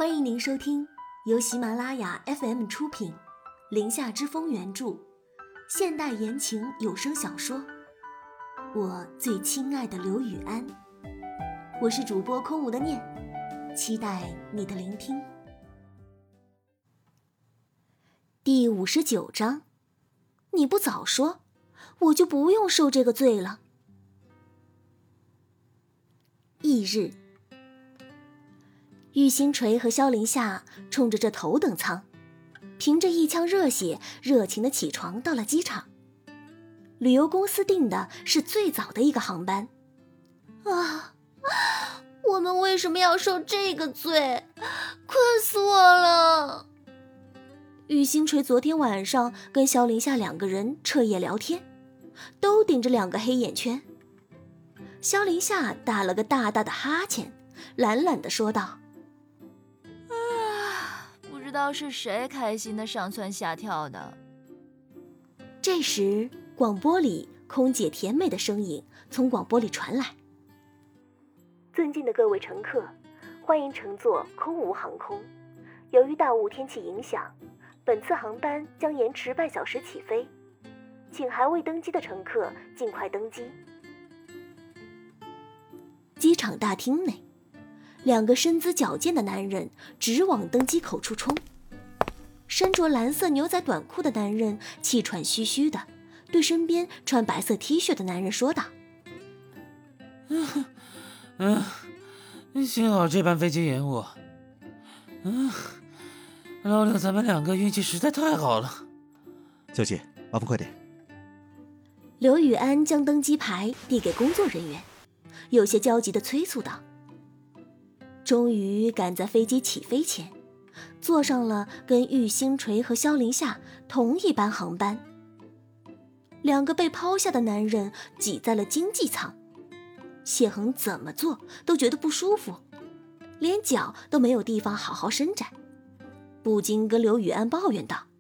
欢迎您收听由喜马拉雅 FM 出品，林夏之风原著，现代言情有声小说《我最亲爱的刘雨安》，我是主播空无的念，期待你的聆听。第59章，你不早说，我就不用受这个罪了。翌日，玉星锤和萧凌夏冲着这头等舱，凭着一腔热血热情的起床到了机场。旅游公司订的是最早的一个航班。我们为什么要受这个罪？困死我了！玉星锤昨天晚上跟萧凌夏两个人彻夜聊天，都顶着2个黑眼圈。萧凌夏打了个大大的哈欠，懒懒地说道： 不知道是谁开心的上蹿下跳的。 这时广播里空姐甜美的声音从广播里传来：尊敬的各位乘客，欢迎乘坐空无航空。由于大雾天气影响，本次航班将延迟半小时起飞，请还未登机的乘客尽快登机。机场大厅内，2个身姿矫健的男人直往登机口处冲。身着蓝色牛仔短裤的男人气喘吁吁的对身边穿白色 T 恤的男人说道： 幸好这班飞机延误。老刘，咱们2个运气实在太好了。 小姐，麻烦快点。 刘雨安将登机牌递给工作人员，有些焦急地催促道。终于赶在飞机起飞前坐上了跟玉星锤和萧凌夏同一班航班。2个被抛下的男人挤在了经济舱，谢恒怎么坐都觉得不舒服，连脚都没有地方好好伸展，不禁跟刘雨安抱怨道：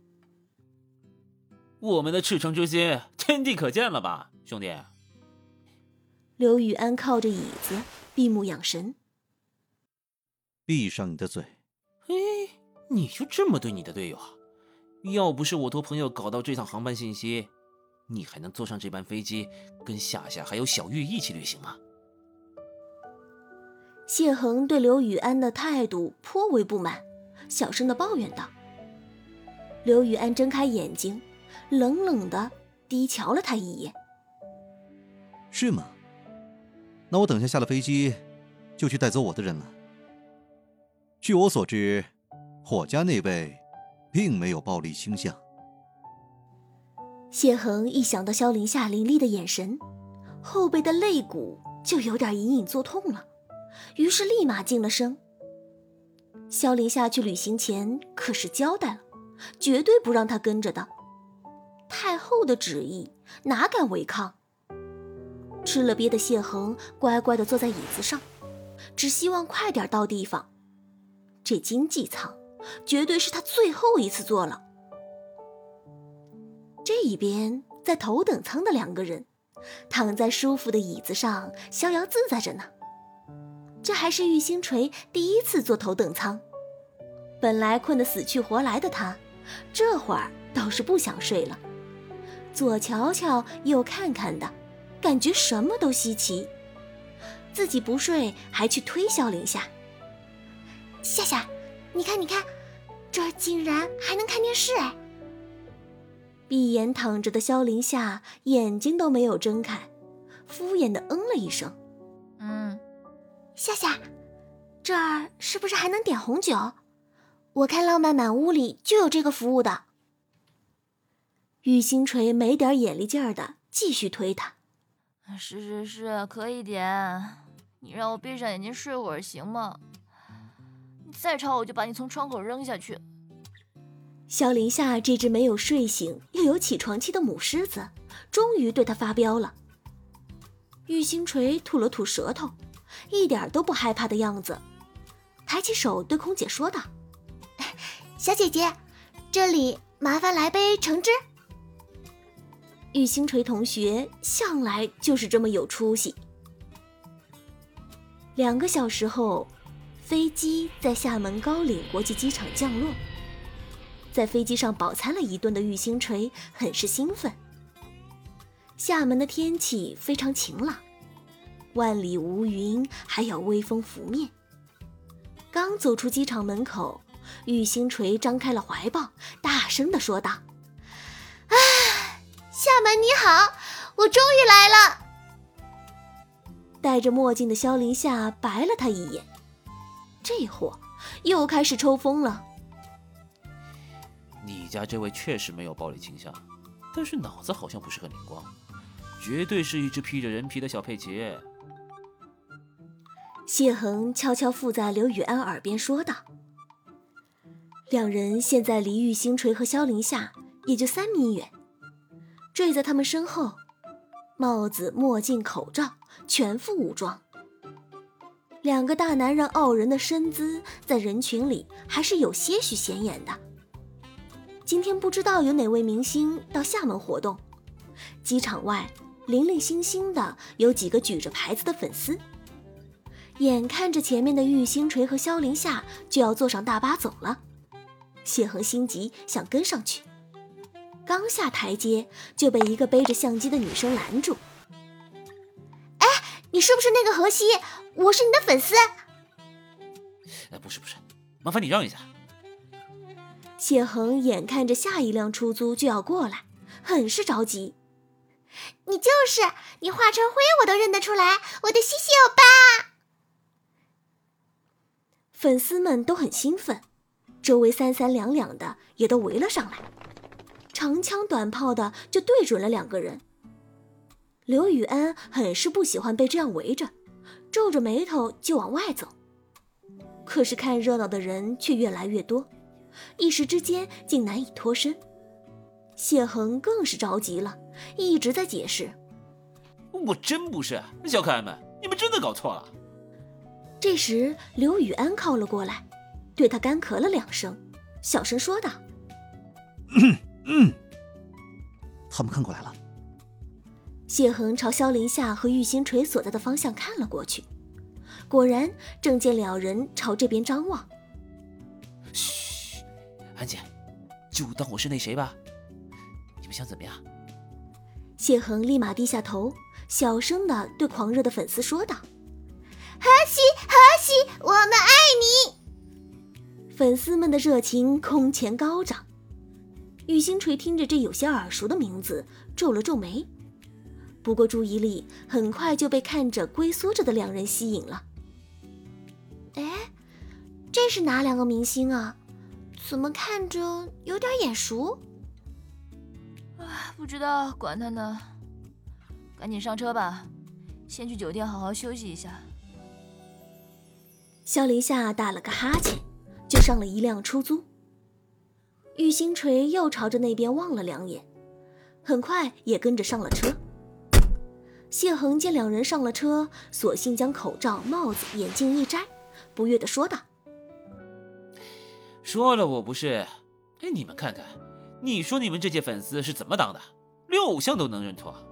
我们的赤诚之心天地可见了吧，兄弟。 刘雨安靠着椅子闭目养神。 闭上你的嘴。 你就这么对你的队友啊？要不是我托朋友搞到这趟航班信息，你还能坐上这班飞机跟夏夏还有小玉一起旅行吗？ 谢恒对刘雨安的态度颇为不满，小声地抱怨道。刘雨安睁开眼睛，冷冷地低瞧了他一眼。 是吗？那我等下下了飞机就去带走我的人了。据我所知，我家那位并没有暴力倾向。 谢恒一想到萧凌夏凌厉的眼神，后背的肋骨就有点隐隐作痛了，于是立马噤了声。萧凌夏去旅行前可是交代了，绝对不让他跟着的。太后的旨意哪敢违抗？吃了瘪的谢恒乖乖地坐在椅子上，只希望快点到地方。这经济舱绝对是他最后一次坐了。这一边在头等舱的2个人躺在舒服的椅子上逍遥自在着呢。这还是玉星锤第一次坐头等舱，本来困得死去活来的他这会儿倒是不想睡了，左瞧瞧右看看的，感觉什么都稀奇。自己不睡还去推萧凌夏。夏夏，你看，这儿竟然还能看电视哎！闭眼躺着的萧凌夏眼睛都没有睁开，敷衍地了一声。夏夏，这儿是不是还能点红酒？我看浪漫满屋里就有这个服务的。玉星锤没点眼力劲儿的继续推他。 是，可以点。你让我闭上眼睛睡会儿行吗？你再吵我就把你从窗口扔下去。 萧凌夏这只没有睡醒又有起床气的母狮子终于对他发飙了。玉星锤吐了吐舌头，一点都不害怕的样子，抬起手对空姐说道：小姐姐，这里麻烦来杯橙汁。玉星锤同学向来就是这么有出息。2个小时后， 飞机在厦门高岭国际机场降落，在飞机上饱餐了一顿的玉星锤很是兴奋。厦门的天气非常晴朗，万里无云，还有微风拂面。刚走出机场门口，玉星锤张开了怀抱，大声地说道：“啊，厦门你好，我终于来了！”戴着墨镜的萧凌夏白了他一眼，这货又开始抽风了。 你家这位确实没有暴力倾向，但是脑子好像不是很灵光，绝对是一只披着人皮的小佩奇。 谢恒悄悄附在刘雨安耳边说道。两人现在离玉星锤和萧凌夏也就3米远，坠在他们身后，帽子、墨镜、口罩全副武装。两个大男人傲人的身姿在人群里还是有些许显眼的。今天不知道有哪位明星到厦门活动，机场外零零星星的有几个举着牌子的粉丝。眼看着前面的玉星锤和萧凌夏就要坐上大巴走了，谢恒心急想跟上去，刚下台阶就被一个背着相机的女生拦住。哎，你是不是那个荷西？我是你的粉丝。 不是，麻烦你让一下。 谢恒眼看着下一辆出租就要过来，很是着急。你就是，你化成灰我都认得出来，我的西西欧巴。粉丝们都很兴奋，周围3、3两两的也都围了上来，长枪短炮的就对准了2个人。刘雨安很是不喜欢被这样围着，皱着眉头就往外走。可是看热闹的人却越来越多，一时之间竟难以脱身。谢恒更是着急了，一直在解释：“ 我真不是，小可爱们，你们真的搞错了。” 这时刘雨安靠了过来，对他干咳了2声，小声说道：“ 他们看过来了。” 谢恒朝萧凌夏和玉星锤所在的方向看了过去，果然正见2人朝这边张望。 嘘，安静，就当我是那谁吧。你们想怎么样？ 谢恒立马低下头，小声地对狂热的粉丝说道：“荷西，我们爱你！”粉丝们的热情空前高涨。玉星锤听着这有些耳熟的名字，皱了皱眉，不过注意力很快就被看着龟缩着的2人吸引了。哎，这是哪2个明星啊？怎么看着有点眼熟？ 不知道，管他呢，赶紧上车吧，先去酒店好好休息一下。 萧凌夏打了个哈欠，就上了一辆出租。玉星锤又朝着那边望了2眼，很快也跟着上了车。谢恒见2人上了车，索性将口罩、帽子、眼镜一摘，不悦地说道：“ 说了我不是。哎，你们看看，你说你们这届粉丝是怎么当的？连偶像都能认错。”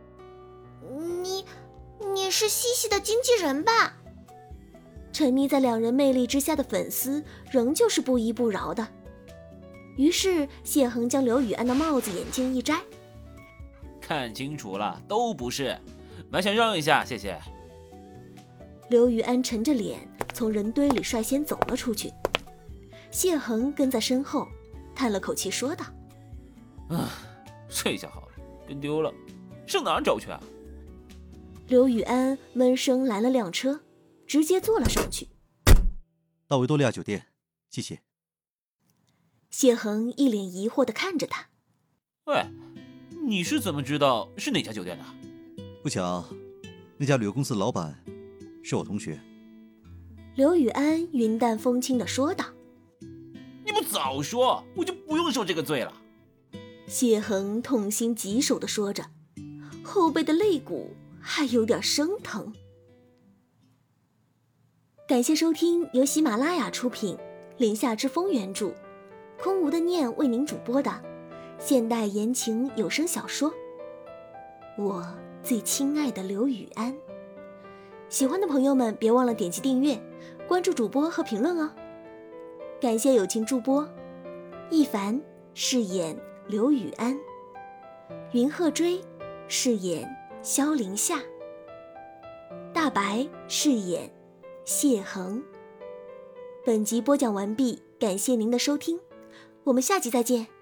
你是西西的经纪人吧？沉迷在2人魅力之下的粉丝仍旧是不依不饶的。于是谢恒将刘雨安的帽子、眼镜一摘。 看清楚了，都不是。麻烦让一下，谢谢。 刘雨安沉着脸从人堆里率先走了出去，谢恒跟在身后，叹了口气说道：“ 这下好了，跟丢了，上哪儿找去啊？” 刘雨安闷声拦了辆车，直接坐了上去。 到维多利亚酒店，谢谢。 谢恒一脸疑惑地看着他：“ 喂，你是怎么知道是哪家酒店的？” 不巧，那家旅游公司的老板是我同学。 刘雨安云淡风轻地说道：“ 你不早说，我就不用受这个罪了。” 谢恒痛心疾首地说着，后背的肋骨还有点生疼。感谢收听由喜马拉雅出品，林下之风原著，空无的念为您主播的现代言情有声小说《我最亲爱的刘雨安》。喜欢的朋友们别忘了点击订阅， 关注主播和评论哦。感谢友情助播，一凡饰演刘雨安，云鹤追饰演萧凌夏，大白饰演谢恒。本集播讲完毕，感谢您的收听，我们下集再见。